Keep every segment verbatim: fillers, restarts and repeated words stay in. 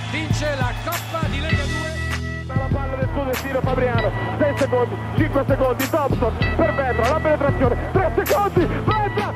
vince la Coppa di Lega due. La palla del suo destino Fabriano, sei secondi, cinque secondi, Thompson per Vetra, la penetrazione, tre secondi, Vetra,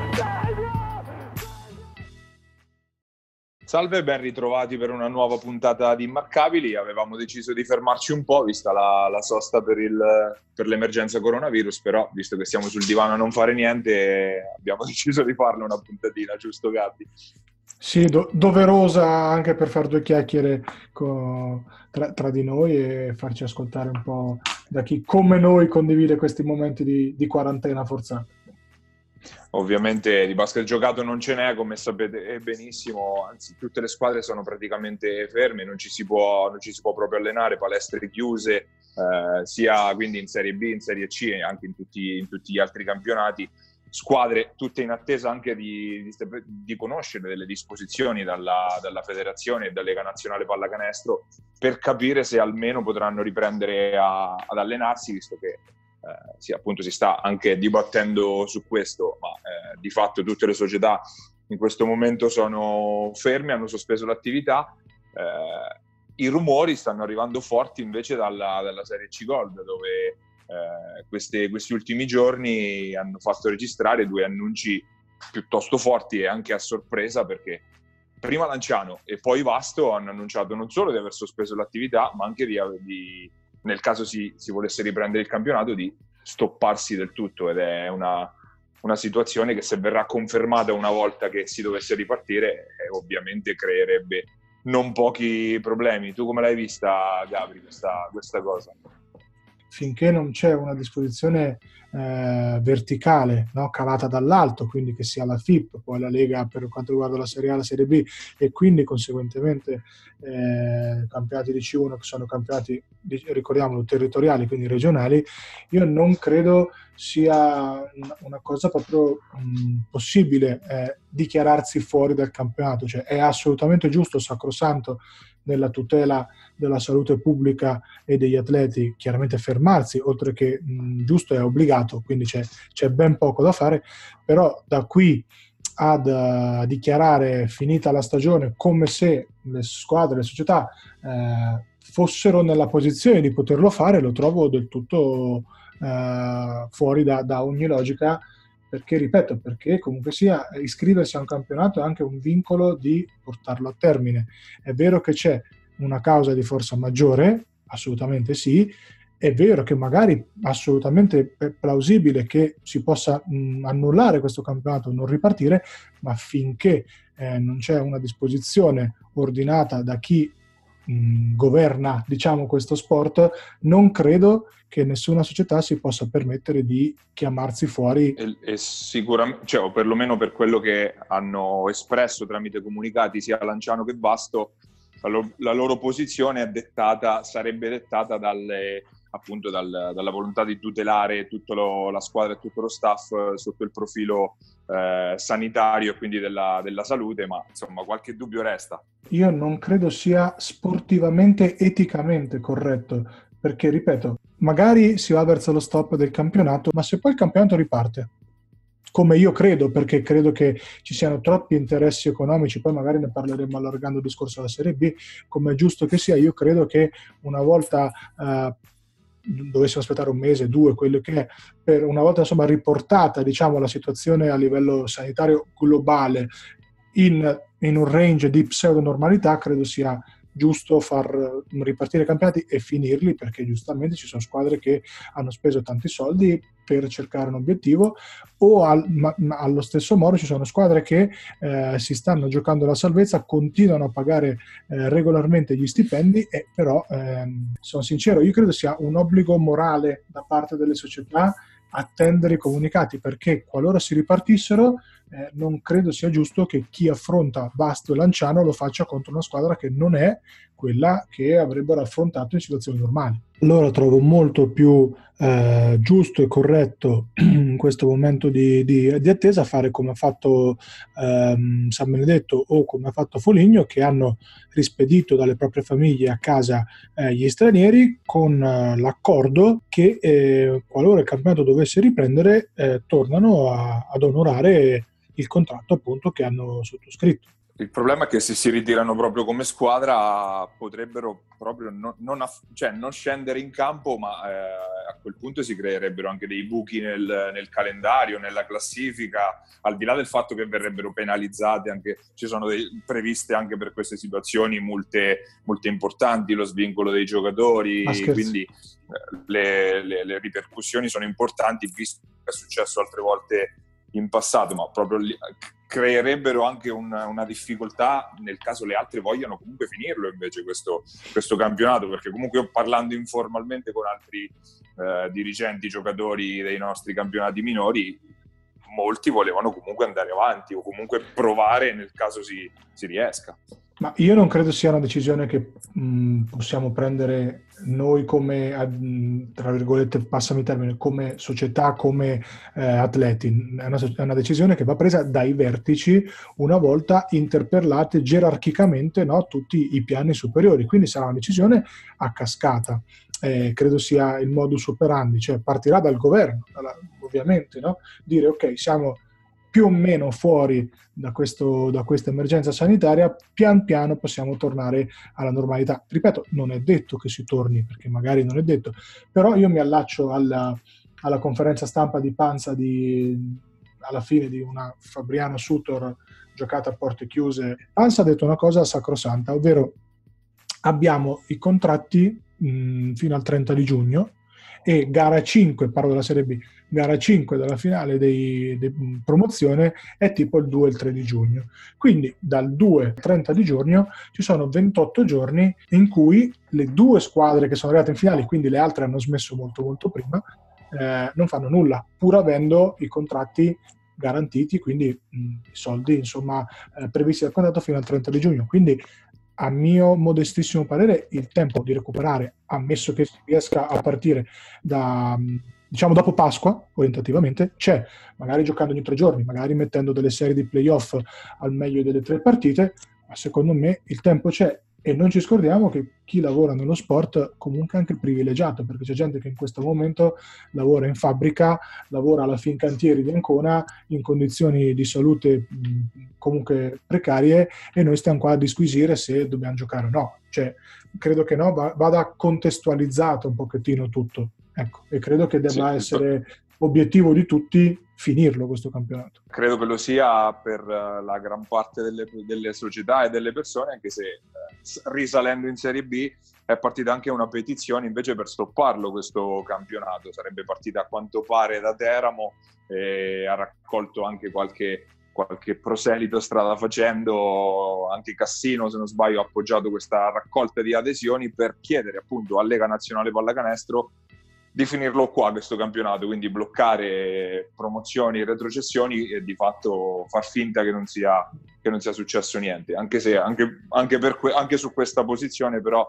Salve e ben ritrovati per una nuova puntata di Immarcabili. Avevamo deciso di fermarci un po' vista la, la sosta per, il, per l'emergenza coronavirus, però visto che siamo sul divano a non fare niente abbiamo deciso di farne una puntatina, giusto Gabby? Sì, do- doverosa anche per fare due chiacchiere co- tra, tra di noi e farci ascoltare un po' da chi come noi condivide questi momenti di, di quarantena forzata. Ovviamente di basket giocato non ce n'è, come sapete benissimo, anzi tutte le squadre sono praticamente ferme, non ci si può, non ci si può proprio allenare, palestre chiuse, eh, sia quindi in Serie B, in Serie C e anche in tutti, in tutti gli altri campionati. Squadre tutte in attesa anche di, di, di conoscere delle disposizioni dalla, dalla federazione e dalla Lega Nazionale Pallacanestro per capire se almeno potranno riprendere a, ad allenarsi, visto che eh, sì, appunto si sta anche dibattendo su questo, ma eh, di fatto tutte le società in questo momento sono ferme, hanno sospeso l'attività. Eh, i rumori stanno arrivando forti invece dalla, dalla Serie C Gold, dove Eh, queste, questi ultimi giorni hanno fatto registrare due annunci piuttosto forti e anche a sorpresa, perché prima Lanciano e poi Vasto hanno annunciato non solo di aver sospeso l'attività, ma anche di, di nel caso si, si volesse riprendere il campionato, di stopparsi del tutto, ed è una, una situazione che, se verrà confermata una volta che si dovesse ripartire, eh, ovviamente creerebbe non pochi problemi. Tu come l'hai vista, Gabri, questa, questa cosa? Finché non c'è una disposizione eh, verticale, no, calata dall'alto, quindi che sia la F I P, poi la Lega per quanto riguarda la Serie A, la Serie B, e quindi conseguentemente eh, campionati di C uno che sono campionati, ricordiamolo, territoriali, quindi regionali, io non credo sia una cosa proprio mh, possibile eh, dichiararsi fuori dal campionato. Cioè è assolutamente giusto, sacrosanto, nella tutela della salute pubblica e degli atleti, chiaramente fermarsi, oltre che mh, giusto, è obbligato, quindi c'è, c'è ben poco da fare, però da qui ad uh, dichiarare finita la stagione come se le squadre, le società eh, fossero nella posizione di poterlo fare, lo trovo del tutto uh, fuori da, da ogni logica, perché, ripeto, perché comunque sia iscriversi a un campionato è anche un vincolo di portarlo a termine. È vero che c'è una causa di forza maggiore, assolutamente sì, è vero che magari assolutamente è plausibile che si possa mh, annullare questo campionato, non ripartire, ma finché eh, non c'è una disposizione ordinata da chi mh, governa, diciamo, questo sport, non credo che nessuna società si possa permettere di chiamarsi fuori. E, e sicuramente, cioè, o perlomeno per quello che hanno espresso tramite comunicati sia Lanciano che Vasto, la, lo, la loro posizione è dettata, sarebbe dettata dalle, appunto dal, dalla volontà di tutelare tutta la squadra e tutto lo staff sotto il profilo eh, sanitario e quindi della, della salute, ma insomma qualche dubbio resta. Io non credo sia sportivamente, eticamente corretto, perché, ripeto, magari si va verso lo stop del campionato, ma se poi il campionato riparte, come io credo, perché credo che ci siano troppi interessi economici, poi magari ne parleremo allargando il discorso alla Serie B, come è giusto che sia, io credo che una volta eh, dovessimo aspettare un mese, due, quello che è, per una volta insomma riportata, diciamo, la situazione a livello sanitario globale in, in un range di pseudo-normalità, credo sia giusto far ripartire i campionati e finirli, perché giustamente ci sono squadre che hanno speso tanti soldi per cercare un obiettivo, o al, ma, ma allo stesso modo ci sono squadre che eh, si stanno giocando la salvezza, continuano a pagare eh, regolarmente gli stipendi, e però ehm, sono sincero, io credo sia un obbligo morale da parte delle società attendere i comunicati, perché qualora si ripartissero eh, non credo sia giusto che chi affronta Vasto e Lanciano lo faccia contro una squadra che non è quella che avrebbero affrontato in situazioni normali. Allora trovo molto più eh, giusto e corretto in questo momento di, di, di attesa fare come ha fatto ehm, San Benedetto o come ha fatto Foligno, che hanno rispedito dalle proprie famiglie a casa eh, gli stranieri con eh, l'accordo che eh, qualora il campionato dovesse riprendere eh, tornano a, ad onorare il contratto appunto che hanno sottoscritto. Il problema è che se si ritirano proprio come squadra potrebbero proprio non, non, aff- cioè non scendere in campo, ma eh, a quel punto si creerebbero anche dei buchi nel, nel calendario, nella classifica, al di là del fatto che verrebbero penalizzate, anche, ci sono dei, previste anche per queste situazioni multe, multe importanti, lo svincolo dei giocatori, quindi eh, le, le, le ripercussioni sono importanti, visto che è successo altre volte in passato, ma proprio lì, creerebbero anche una, una difficoltà nel caso le altre vogliano comunque finirlo invece questo, questo campionato, perché comunque io, parlando informalmente con altri eh, dirigenti, giocatori dei nostri campionati minori, molti volevano comunque andare avanti o comunque provare nel caso si, si riesca. Ma io non credo sia una decisione che mh, possiamo prendere noi come, mh, tra virgolette, passami il termine, come società, come eh, atleti. È una, è una decisione che va presa dai vertici una volta interpellate gerarchicamente, no, tutti i piani superiori. Quindi sarà una decisione a cascata. Eh, credo sia il modus operandi, cioè partirà dal governo, dalla, ovviamente, no? Dire ok, siamo più o meno fuori da, questo, da questa emergenza sanitaria, pian piano possiamo tornare alla normalità. Ripeto, non è detto che si torni, perché magari non è detto, però io mi allaccio alla, alla conferenza stampa di Panza di, alla fine di una Fabriano Sutor giocata a porte chiuse. Panza ha detto una cosa sacrosanta, ovvero abbiamo i contratti mh, fino al trenta di giugno e gara cinque, parlo della Serie B, gara cinque della finale di promozione è tipo il due e il tre di giugno. Quindi dal due al trenta di giugno ci sono ventotto giorni in cui le due squadre che sono arrivate in finale, quindi le altre hanno smesso molto molto prima, eh, non fanno nulla, pur avendo i contratti garantiti, quindi i soldi insomma eh, previsti dal contratto fino al trenta di giugno. Quindi a mio modestissimo parere il tempo di recuperare, ammesso che si riesca a partire da, diciamo, dopo Pasqua, orientativamente, c'è, magari giocando ogni tre giorni, magari mettendo delle serie di playoff al meglio delle tre partite, ma secondo me il tempo c'è. E non ci scordiamo che chi lavora nello sport comunque è anche privilegiato, perché c'è gente che in questo momento lavora in fabbrica, lavora alla Fincantieri di Ancona in condizioni di salute mh, comunque precarie, e noi stiamo qua a disquisire se dobbiamo giocare o no. Cioè, credo che no, vada contestualizzato un pochettino tutto. Ecco, e credo che debba sì, essere obiettivo di tutti finirlo questo campionato. Credo che lo sia per la gran parte delle, delle società e delle persone, anche se eh, risalendo in Serie B è partita anche una petizione invece per stopparlo questo campionato. Sarebbe partita a quanto pare da Teramo e ha raccolto anche qualche, qualche proselito strada facendo. Anche Cassino, se non sbaglio, ha appoggiato questa raccolta di adesioni per chiedere appunto a Lega Nazionale Pallacanestro di finirlo qua questo campionato, quindi bloccare promozioni e retrocessioni e di fatto far finta che non sia, che non sia successo niente, anche se anche, anche, per que- anche su questa posizione però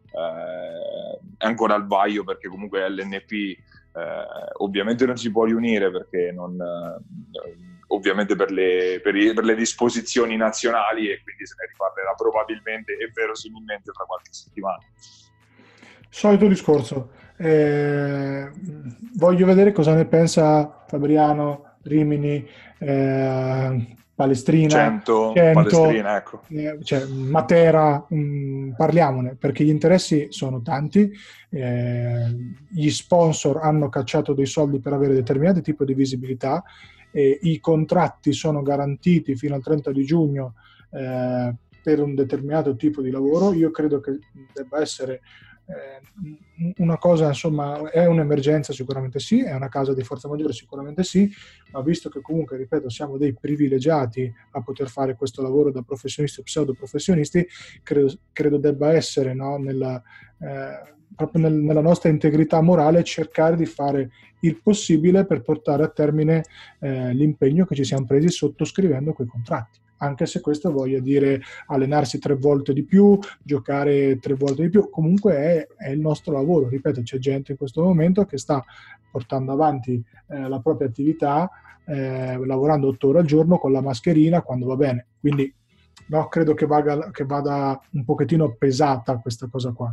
eh, è ancora al vaglio, perché comunque l'N P eh, ovviamente non si può riunire perché non, eh, ovviamente per le, per, i, per le disposizioni nazionali, e quindi se ne riparlerà probabilmente e verosimilmente fra qualche settimana. Solito discorso. Eh, voglio vedere cosa ne pensa Fabriano, Rimini, eh, Palestrina, cento, cento, Palestrina, ecco. eh, cioè, Matera, mh, parliamone, perché gli interessi sono tanti, eh, gli sponsor hanno cacciato dei soldi per avere determinati tipi di visibilità, eh, i contratti sono garantiti fino al trenta di giugno eh, per un determinato tipo di lavoro. Io credo che debba essere Eh, una cosa, insomma, è un'emergenza sicuramente sì, è una causa di forza maggiore sicuramente sì, ma visto che comunque, ripeto, siamo dei privilegiati a poter fare questo lavoro da professionisti o pseudo professionisti, credo, credo debba essere, no, nella, eh, proprio nel, nella nostra integrità morale cercare di fare il possibile per portare a termine eh, l'impegno che ci siamo presi sottoscrivendo quei contratti. Anche se questo voglia dire allenarsi tre volte di più, giocare tre volte di più, comunque è, è il nostro lavoro. Ripeto, c'è gente in questo momento che sta portando avanti eh, la propria attività, eh, lavorando otto ore al giorno con la mascherina quando va bene. Quindi no, credo che vada, che vada un pochettino pesata questa cosa qua.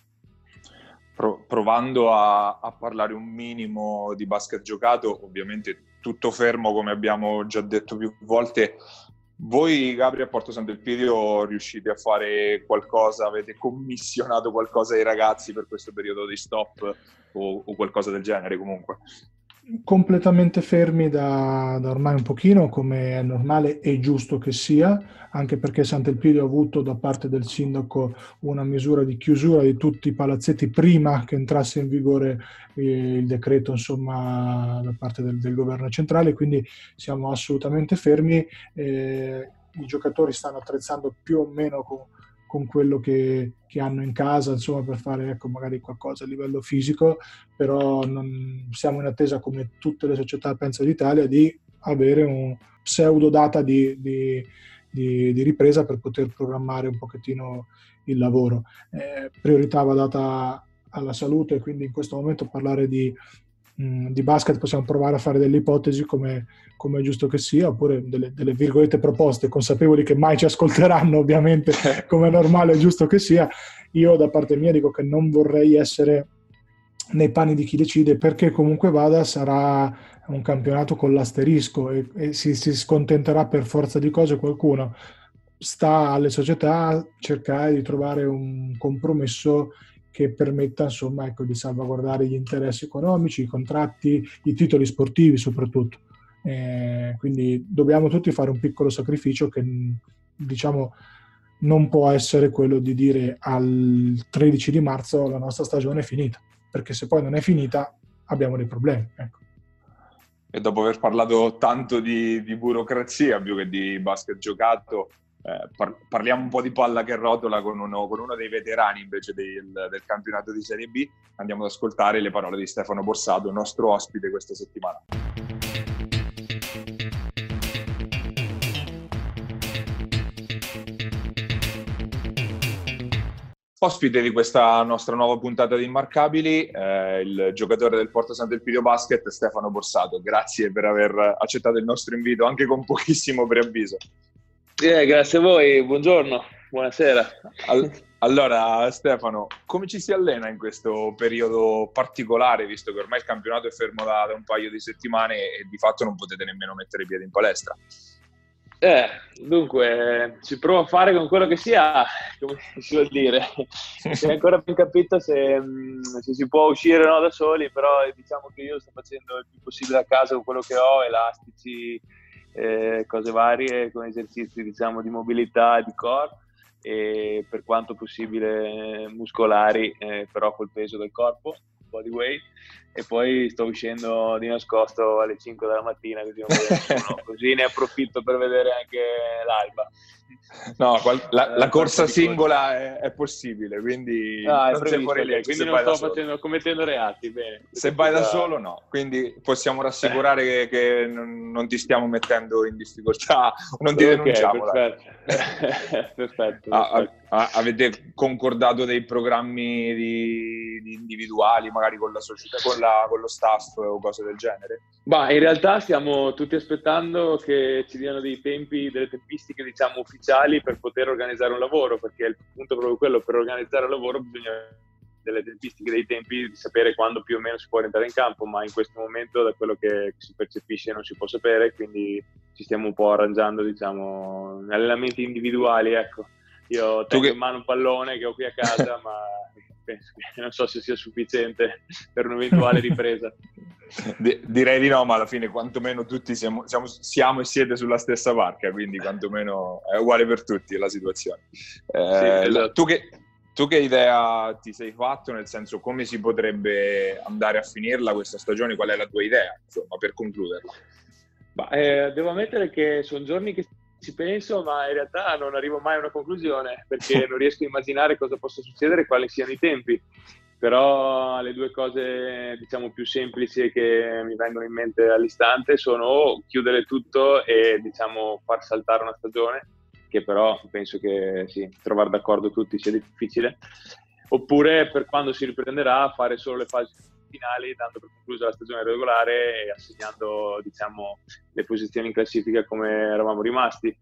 Pro, provando a, a parlare un minimo di basket giocato, ovviamente tutto fermo, come abbiamo già detto più volte, Voi, Gabri, a Porto Sant'Elpidio riuscite a fare qualcosa? Avete commissionato qualcosa ai ragazzi per questo periodo di stop o, o qualcosa del genere comunque? Completamente fermi da, da ormai un pochino, come è normale e giusto che sia, anche perché Sant'Elpidio ha avuto da parte del sindaco una misura di chiusura di tutti i palazzetti prima che entrasse in vigore eh, il decreto, insomma, da parte del, del governo centrale, quindi siamo assolutamente fermi. Eh, i giocatori stanno attrezzando più o meno con, con quello che, che hanno in casa, insomma, per fare, ecco, magari qualcosa a livello fisico, però non, siamo in attesa, come tutte le società, penso, d'Italia, di avere un pseudo data di, di, di, di ripresa per poter programmare un pochettino il lavoro. Eh, priorità va data alla salute, quindi in questo momento parlare di, mh, di basket possiamo provare a fare delle ipotesi come, come è giusto che sia, oppure delle, delle virgolette proposte, consapevoli che mai ci ascolteranno, ovviamente, come è normale e giusto che sia. Io da parte mia dico che non vorrei essere nei panni di chi decide, perché comunque vada sarà un campionato con l'asterisco e, e si, si scontenterà per forza di cose qualcuno. Sta alle società cercare di trovare un compromesso che permetta, insomma, ecco, di salvaguardare gli interessi economici, i contratti, i titoli sportivi soprattutto. Eh, quindi dobbiamo tutti fare un piccolo sacrificio che, diciamo, non può essere quello di dire al tredici di marzo la nostra stagione è finita, perché se poi non è finita abbiamo dei problemi, ecco. E dopo aver parlato tanto di, di burocrazia più che di basket giocato, eh, par- parliamo un po' di palla che rotola con uno, con uno dei veterani invece del, del campionato di Serie B. Andiamo ad ascoltare le parole di Stefano Borsato, nostro ospite questa settimana. Ospite di questa nostra nuova puntata di Immarcabili, eh, il giocatore del Porto Sant'Elpidio Basket, Stefano Borsato. Grazie per aver accettato il nostro invito, anche con pochissimo preavviso. Eh, grazie a voi, buongiorno, buonasera. All- allora, Stefano, come ci si allena in questo periodo particolare, visto che ormai il campionato è fermo da, da un paio di settimane e di fatto non potete nemmeno mettere i piedi in palestra? Eh, dunque, si prova a fare con quello che si ha, come si vuol dire. Si è ancora più capito se, se si può uscire o no da soli, però diciamo che io sto facendo il più possibile a casa con quello che ho, elastici, eh, cose varie, con esercizi, diciamo, di mobilità, di core, e per quanto possibile muscolari, eh, però col peso del corpo, body weight. E poi sto uscendo di nascosto alle cinque della mattina, così, non vedo, così ne approfitto per vedere anche l'alba. No, qual- la, la corsa singola è, è possibile, quindi ah, non è sei fuori legge. Quindi non sto facendo, commettendo reati. Bene. Se vai da solo, no. Quindi possiamo rassicurare che, che non, non ti stiamo mettendo in difficoltà, non ti okay, denunciamo. Perfetto. perfetto, ah, perfetto. Ah, avete concordato dei programmi di, di individuali, magari con la società, con, la, con lo staff o cose del genere? Ma in realtà stiamo tutti aspettando che ci diano dei tempi, delle tempistiche, diciamo, ufficiali per poter organizzare un lavoro, perché il punto è proprio quello: per organizzare un lavoro bisogna delle tempistiche, dei tempi, di sapere quando più o meno si può entrare in campo, ma in questo momento, da quello che si percepisce, non si può sapere, quindi ci stiamo un po' arrangiando, diciamo, allenamenti individuali, ecco. Io tengo che... in mano un pallone che ho qui a casa, ma penso che non so se sia sufficiente per un'eventuale ripresa. D- direi di no, ma alla fine quantomeno tutti siamo, siamo, siamo e siete sulla stessa barca, quindi quantomeno è uguale per tutti la situazione. Eh, sì, esatto. tu, che, tu che idea ti sei fatto, nel senso, come si potrebbe andare a finirla questa stagione? Qual è la tua idea, insomma, per concluderla? Bah, eh, devo ammettere che sono giorni che ci penso, ma in realtà non arrivo mai a una conclusione, perché non riesco a immaginare cosa possa succedere e quali siano i tempi. Però le due cose, diciamo, più semplici che mi vengono in mente all'istante sono o chiudere tutto e, diciamo, far saltare una stagione, che però penso che sì, trovare d'accordo tutti sia difficile, oppure per quando si riprenderà fare solo le fasi finali, dando per conclusa la stagione regolare e assegnando, diciamo, le posizioni in classifica come eravamo rimasti.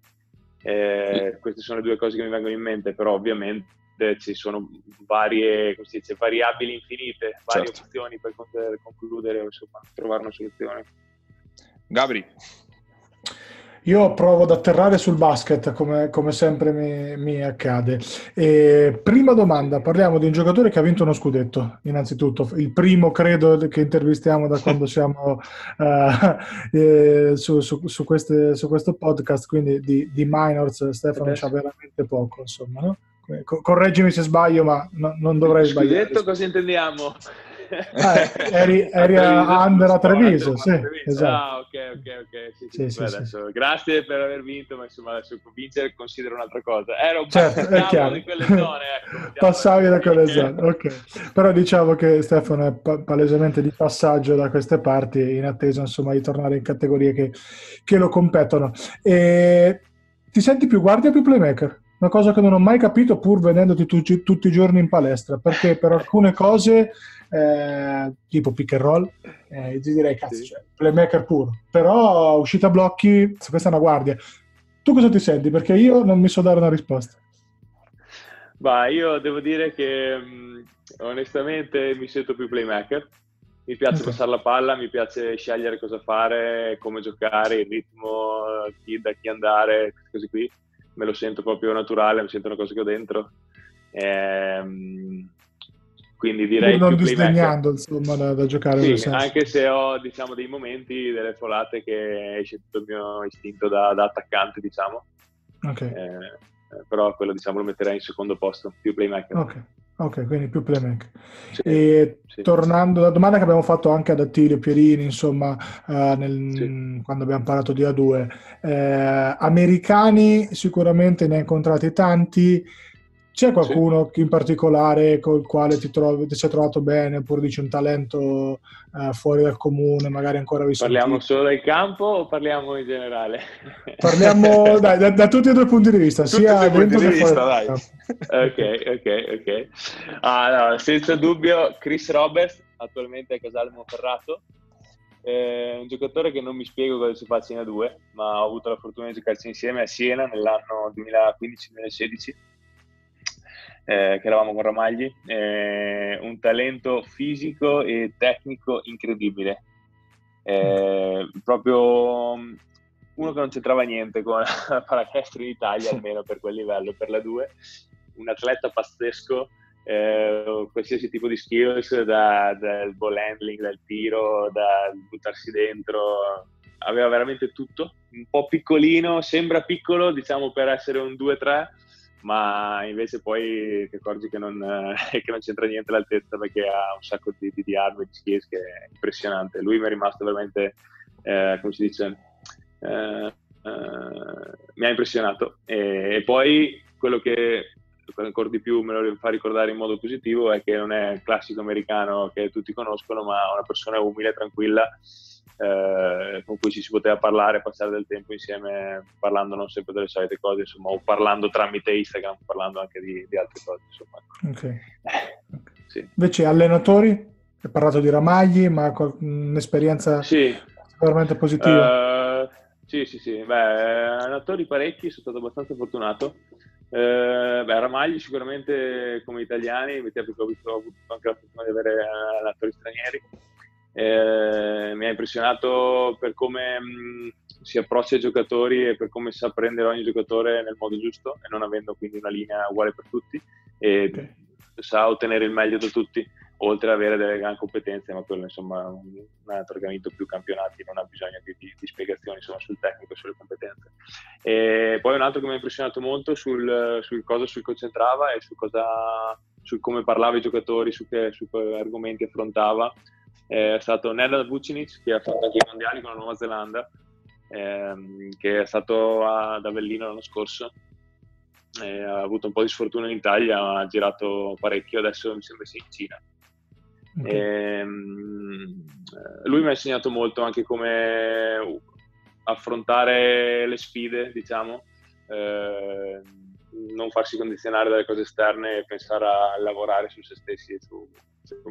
Eh, queste sono le due cose che mi vengono in mente, però ovviamente ci sono varie, come si dice, variabili infinite, varie certo. opzioni per concludere, insomma, trovare una soluzione. Gabri? Io provo ad atterrare sul basket come, come sempre mi, mi accade. E prima domanda, parliamo di un giocatore che ha vinto uno scudetto, innanzitutto, il primo credo che intervistiamo da quando siamo uh, eh, su, su, su, queste, su questo podcast, quindi di, di minors Stefano c'ha veramente poco, insomma, no? Co- correggimi se sbaglio, ma no, non dovrei sbagliare. Scudetto cosa intendiamo? Eh, eri eri a, a Under a Treviso, sì, esatto. Ah, ok, ok, ok. Sì, sì, sì, sì, beh, sì, adesso, sì. Grazie per aver vinto, ma insomma adesso vincere considero un'altra cosa. Ero Certo, è chiaro. di quelle zone, ecco. Passavi da quelle zone, ok. Però diciamo che Stefano è pa- palesemente di passaggio da queste parti, in attesa insomma di tornare in categorie che, che lo competono. E ti senti più guardia o più playmaker? Una cosa che non ho mai capito pur vedendoti tu- tutti i giorni in palestra, perché per alcune cose eh, tipo pick and roll eh, ti direi cazzo, Sì. cioè, playmaker puro, però uscita a blocchi, questa è una guardia. Tu cosa ti senti? Perché io non mi so dare una risposta. Bah, io devo dire che mh, onestamente mi sento più playmaker. Mi piace Ok. passare la palla, mi piace scegliere cosa fare, come giocare, il ritmo, chi, da chi andare, queste cose qui. Me lo sento proprio naturale, mi sento una cosa che ho dentro. Ehm, quindi direi Pur non più playmaker. disdegnando insomma da, da giocare nel Sì, senso. anche se ho diciamo dei momenti, delle folate che esce tutto il mio istinto da, da attaccante, diciamo. Ok. Eh, però quello diciamo lo metterei in secondo posto, più playmaker. Ok, ok, quindi più playmaker. Sì, E sì. tornando alla domanda che abbiamo fatto anche ad Attilio Pierini, insomma, eh, nel- Sì. quando abbiamo parlato di A due, eh, americani sicuramente ne hai incontrati tanti. C'è qualcuno in particolare col quale ti, trovi, ti sei trovato bene, oppure dici un talento eh, fuori dal comune, magari ancora vi Parliamo sentite? solo del campo o parliamo in generale? Parliamo dai, da, da tutti e due i punti di vista, Tutti e sia due i punti dentro di che fuori vista, dal dai. campo. Ok, ok, ok. Ah, no, senza dubbio Chris Roberts, attualmente a Casale Monferrato. È un giocatore che non mi spiego cosa si faccia in A due, ma ho avuto la fortuna di giocarci insieme a Siena nell'anno duemilaquindici duemilasedici, eh, che eravamo con Ramagli. Eh, un talento fisico e tecnico incredibile. Eh, proprio uno che non c'entrava niente con la pallacanestro in Italia, almeno per quel livello, per la due. Un atleta pazzesco. Eh, qualsiasi tipo di skills, da, dal ball handling, dal tiro, dal buttarsi dentro, aveva veramente tutto. Un po' piccolino, sembra piccolo diciamo per essere un due tre, ma invece poi ti accorgi che non, eh, che non c'entra niente l'altezza, perché ha un sacco di, di, di armi, di skills che è impressionante. Lui mi è rimasto veramente, eh, come si dice, eh, eh, mi ha impressionato. E, e poi quello che ancora di più me lo fa ricordare in modo positivo è che non è il classico americano che tutti conoscono, ma una persona umile, tranquilla, eh, con cui ci si poteva parlare, passare del tempo insieme, parlando non sempre delle solite cose, insomma, o parlando tramite Instagram, parlando anche di, di altre cose, insomma. Okay. Sì. Invece allenatori? Hai parlato di Ramagli, ma con un'esperienza sì. particolarmente positiva? Uh, sì, sì, sì. Beh, allenatori parecchi, sono stato abbastanza fortunato. Uh, beh, Ramagli sicuramente come italiani, mi ho avuto anche la fortuna di avere allenatori stranieri. Eh, mi ha impressionato per come mh, si approccia ai giocatori e per come sa prendere ogni giocatore nel modo giusto, e non avendo quindi una linea uguale per tutti, e Okay. sa ottenere il meglio da tutti, oltre ad avere delle grandi competenze, ma quello insomma un, un altro che ha vinto più campionati, non ha bisogno di, di, di spiegazioni insomma, sul tecnico e sulle competenze. E poi un altro che mi ha impressionato molto sul, sul cosa si concentrava e su cosa, su come parlava i giocatori, su che, su che argomenti affrontava, è stato Nenad Vucinic, che ha fatto anche i mondiali con la Nuova Zelanda, ehm, che è stato ad Avellino l'anno scorso. Eh, ha avuto un po' di sfortuna in Italia, ma ha girato parecchio, adesso mi sembra sia in Cina. Okay. Ehm, lui mi ha insegnato molto anche come affrontare le sfide, diciamo, eh, non farsi condizionare dalle cose esterne e pensare a lavorare su se stessi e su, insomma,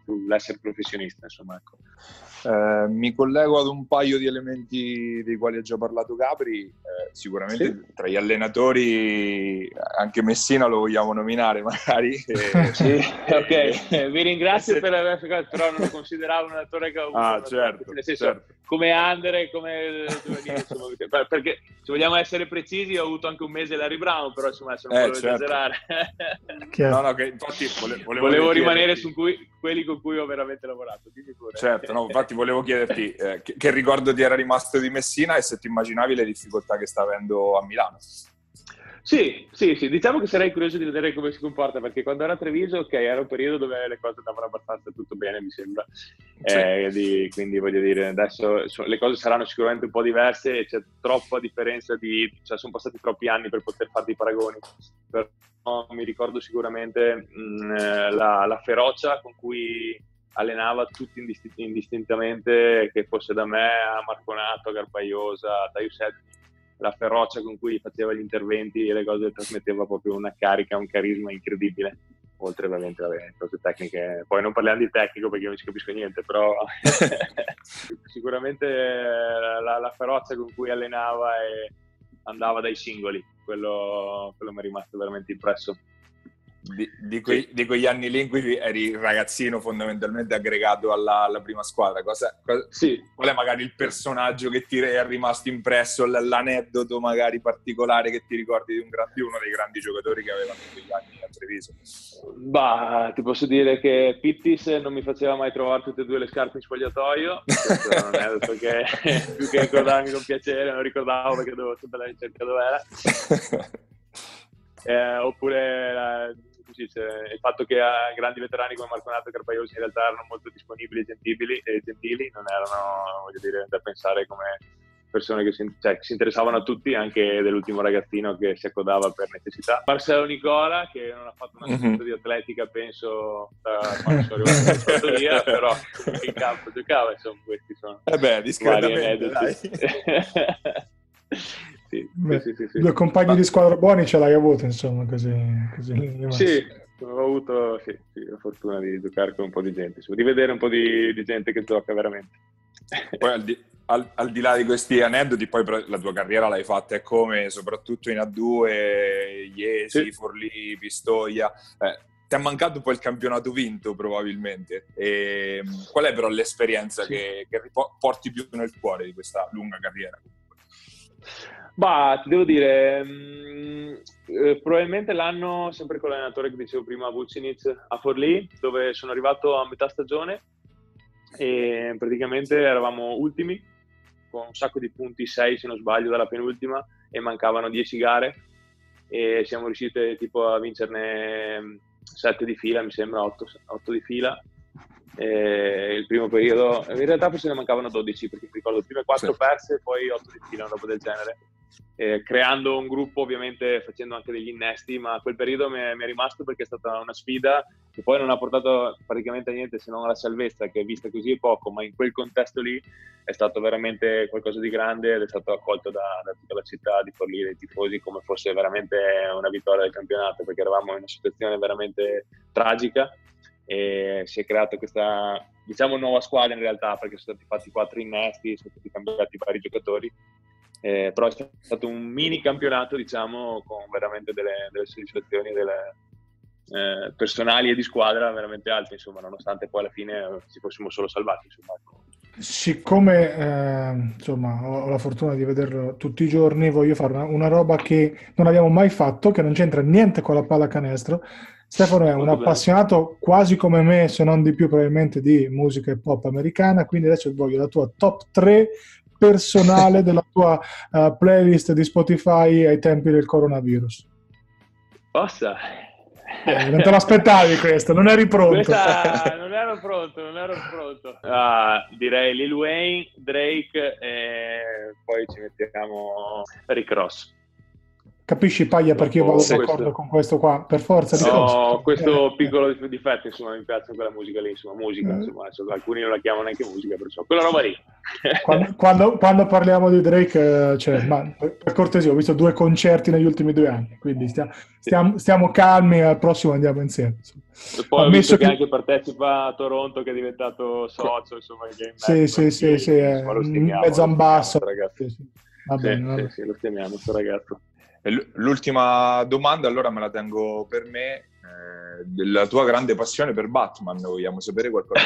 sull'essere professionista, insomma, ecco. Eh, mi collego ad un paio di elementi dei quali ha già parlato Capri. Eh, sicuramente Sì. Tra gli allenatori anche Messina lo vogliamo nominare magari. Eh, Sì, eh, ok, vi ringrazio se... per aver fatto, però non lo consideravo un attore che ha avuto ah, una certo, nel senso, certo. come Andre, come insomma, perché se vogliamo essere precisi ho avuto anche un mese Larry Brown, però insomma adesso non eh, volevo certo. esagerare. No, no, che infatti vole- volevo, volevo chiederti... rimanere su cui, quelli con cui ho veramente lavorato. Certo, no, infatti volevo chiederti eh, che, che ricordo ti era rimasto di Messina e se ti immaginavi le difficoltà che sta avendo a Milano. Sì, sì, sì, diciamo che sarei curioso di vedere come si comporta, perché quando era a Treviso, ok, era un periodo dove le cose andavano abbastanza tutto bene, mi sembra, sì. eh, di, quindi voglio dire, adesso so, le cose saranno sicuramente un po' diverse e c'è troppa differenza di, cioè sono passati troppi anni per poter fare dei paragoni, però mi ricordo sicuramente mh, la, la ferocia con cui allenava tutti indist- indistintamente, che fosse da me a Marconato, a Garbaiosa, a Taiuset, la ferocia con cui faceva gli interventi e le cose trasmetteva proprio una carica, un carisma incredibile, oltre ovviamente alle cose tecniche. Poi non parliamo di tecnico perché non ci capisco niente, però sicuramente la, la ferocia con cui allenava e andava dai singoli, quello, quello mi è rimasto veramente impresso. Di, di, quei, sì. di quegli anni lì in cui eri il ragazzino fondamentalmente aggregato alla, alla prima squadra, cosa, cosa, sì. qual è magari il personaggio che ti è rimasto impresso, l'aneddoto magari particolare che ti ricordi di, un gran, di uno dei grandi giocatori che avevano in quegli anni a Treviso? Bah, ti posso dire che Pittis non mi faceva mai trovare tutte e due le scarpe in spogliatoio, questo è un aneddoto che più che ricordarmi con piacere, non ricordavo perché dovevo sempre la ricerca dov'era. Eh, oppure eh, dice, il fatto che a grandi veterani come Marconato e Garbaiosi in realtà erano molto disponibili e gentili, e gentili, non erano, voglio dire, da pensare come persone che si, cioè, che si interessavano a tutti, anche dell'ultimo ragazzino che si accodava per necessità. Marcello Nicola, che non ha fatto una seduta mm-hmm. di atletica, penso, da quando sono arrivato in fattoria, però in campo giocava, insomma, questi sono eh beh, discretamente, dai. Sì, Beh, sì, sì, sì. Due compagni Ma... di squadra buoni ce l'hai avuto, insomma, così, così sì, ho avuto sì, sì, la fortuna di giocare con un po' di gente, di vedere un po' di, di gente che gioca veramente. Poi al di, al, al di là di questi aneddoti, poi la tua carriera l'hai fatta e come, soprattutto in A due, Iesi, sì. Forlì, Pistoia. Eh, ti è mancato un po' il campionato vinto probabilmente. E, qual è però l'esperienza sì. che, che porti più nel cuore di questa lunga carriera? Bah, ti devo dire, mh, eh, probabilmente l'anno, sempre con l'allenatore che dicevo prima, Vucinic, a Forlì, dove sono arrivato a metà stagione e praticamente eravamo ultimi, con un sacco di punti, sei se non sbaglio dalla penultima, e mancavano dieci gare e siamo riusciti tipo a vincerne sette di fila, mi sembra, otto di fila. E il primo periodo, in realtà forse ne mancavano dodici, perché mi ricordo prime quattro sì. perse e poi otto di fila, una roba del genere, eh, creando un gruppo, ovviamente facendo anche degli innesti, ma quel periodo mi è, mi è rimasto perché è stata una sfida che poi non ha portato praticamente a niente se non alla salvezza, che vista così è poco, ma in quel contesto lì è stato veramente qualcosa di grande ed è stato accolto da, da tutta la città di Forlì, dai tifosi, come fosse veramente una vittoria del campionato, perché eravamo in una situazione veramente tragica. E si è creata questa, diciamo, nuova squadra in realtà, perché sono stati fatti quattro innesti, sono stati cambiati vari giocatori, eh, però è stato un mini campionato, diciamo, con veramente delle, delle soddisfazioni delle, eh, personali e di squadra veramente alte, insomma, nonostante poi alla fine ci fossimo solo salvati, insomma. Siccome eh, insomma ho la fortuna di vederlo tutti i giorni, voglio fare una, una roba che non abbiamo mai fatto, che non c'entra niente con la pallacanestro. Stefano è un appassionato quasi come me, se non di più probabilmente, di musica hip hop americana, quindi adesso voglio la tua top tre personale della tua uh, playlist di Spotify ai tempi del coronavirus. Possa? Eh, non te l'aspettavi questo, non eri pronto. Questa, non ero pronto, non ero pronto. Ah, direi Lil Wayne, Drake e poi ci mettiamo Rick Ross. Capisci, Paglia, perché io vado Sì, d'accordo questo. con questo qua, per forza di cose. No, questo Eh, piccolo difetto, insomma, mi piace quella musica lì, insomma, musica, Eh. insomma, adesso alcuni non la chiamano neanche musica, perciò quella roba lì. Quando, quando, quando parliamo di Drake, eh, cioè, ma, per per cortesia, ho visto due concerti negli ultimi due anni, quindi stia- stiamo, stiamo calmi, al prossimo andiamo insieme. insomma. E poi ho Ammesso visto che che- anche partecipa a Toronto, che è diventato socio, insomma, che è in Sì, mezzo, sì, sì, quindi, sì, è insomma, lo stimiamo, mezzo lo ambasso. stimiamo, sto ragazzo. Sì, sì. Va Sì, bene, va sì, bene. sì, lo stimiamo, sto ragazzo. E l- l'ultima domanda, allora me la tengo per me, eh, della tua grande passione per Batman, vogliamo sapere qualcosa?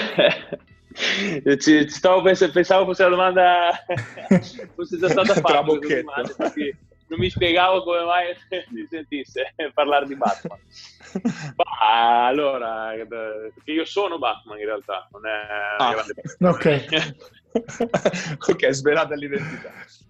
Ci, ci stavo pens- pensavo fosse la domanda fosse già stata fatta, Trabocchetto. questa domanda, perché non mi spiegavo come mai mi sentisse parlare di Batman. Ma allora, perché io sono Batman in realtà, non è una Ah. grande passione. Ok, ok, svelata l'identità.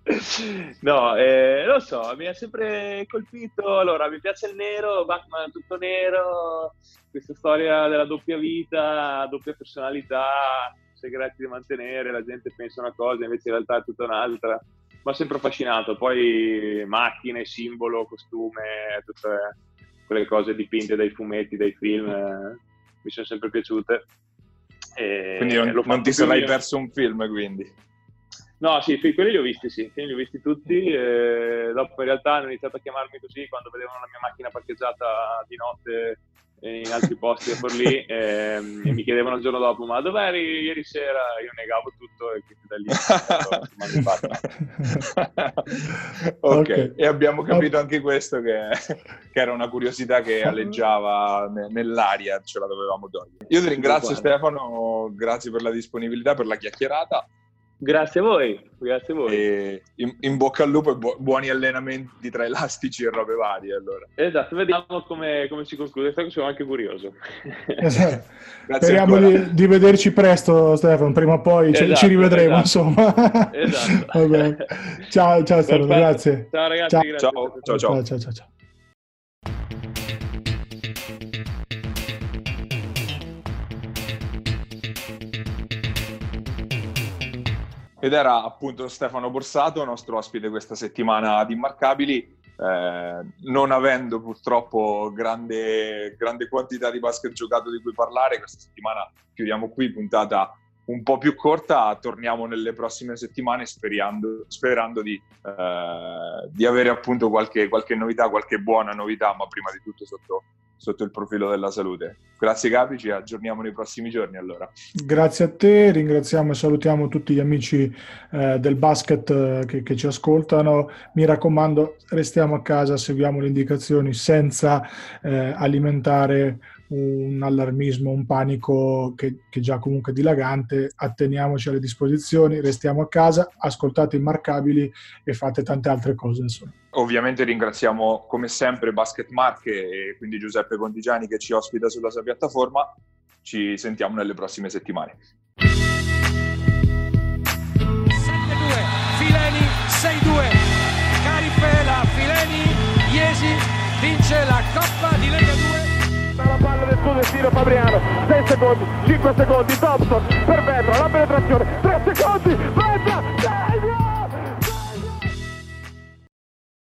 No, eh, lo so, mi ha sempre colpito. Allora, mi piace il nero, Batman tutto nero, questa storia della doppia vita, doppia personalità, segreti da mantenere, la gente pensa una cosa, invece in realtà è tutta un'altra. Mi ha sempre affascinato. Poi macchine, simbolo, costume, tutte quelle cose dipinte dai fumetti, dai film, eh, mi sono sempre piaciute. E Quindi non, l'ho non fatto ti più sarai io. perso un film, quindi. No, sì, quelli li ho visti, sì, quelli li ho visti tutti. E dopo in realtà hanno iniziato a chiamarmi così quando vedevano la mia macchina parcheggiata di notte in altri posti a Forlì e, e mi chiedevano il giorno dopo: ma dov'eri ieri sera? Io negavo tutto e quindi da lì ok, Ok. e abbiamo capito anche questo che, che era una curiosità che aleggiava ne- nell'aria, ce la dovevamo togliere. Io ti ringrazio Stefano, grazie per la disponibilità, per la chiacchierata. Grazie a voi, grazie a voi. E in, in bocca al lupo e bu- buoni allenamenti tra elastici e robe varie, allora. Esatto, vediamo come, come si conclude, sono anche curioso. Esatto. Grazie Speriamo ancora. di, di vederci presto, Stefano. Prima o poi ci- Esatto, ci rivedremo, esatto. insomma. Esatto. Va bene. Ciao, ciao Stefano, Perfetto. grazie. Ciao ragazzi, Ciao. grazie. Ciao, ciao, ciao. ciao, ciao, ciao. Ed era appunto Stefano Borsato, nostro ospite questa settimana di Immarcabili. Eh, non avendo purtroppo grande, grande quantità di basket giocato di cui parlare, questa settimana chiudiamo qui, puntata un po' più corta, torniamo nelle prossime settimane sperando, sperando di, eh, di avere appunto qualche, qualche novità, qualche buona novità, ma prima di tutto sotto, sotto il profilo della salute. Grazie Gabri, ci aggiorniamo nei prossimi giorni allora. Grazie a te, ringraziamo e salutiamo tutti gli amici eh, del basket eh, che, che ci ascoltano. Mi raccomando, restiamo a casa, seguiamo le indicazioni senza eh, alimentare un allarmismo, un panico che, che già comunque è dilagante. Atteniamoci alle disposizioni, restiamo a casa, ascoltate Immarcabili e fate tante altre cose, insomma. Ovviamente ringraziamo come sempre Basket Marche e quindi Giuseppe Contigiani che ci ospita sulla sua piattaforma. Ci sentiamo nelle prossime settimane. sette due, Fileni sei due, Carifela, Fileni, Iesi vince la Coppa di Lega due. La palla del suo destino Fabriano, sei secondi, cinque secondi, Thompson per Vetra, la penetrazione, tre secondi, Vetra,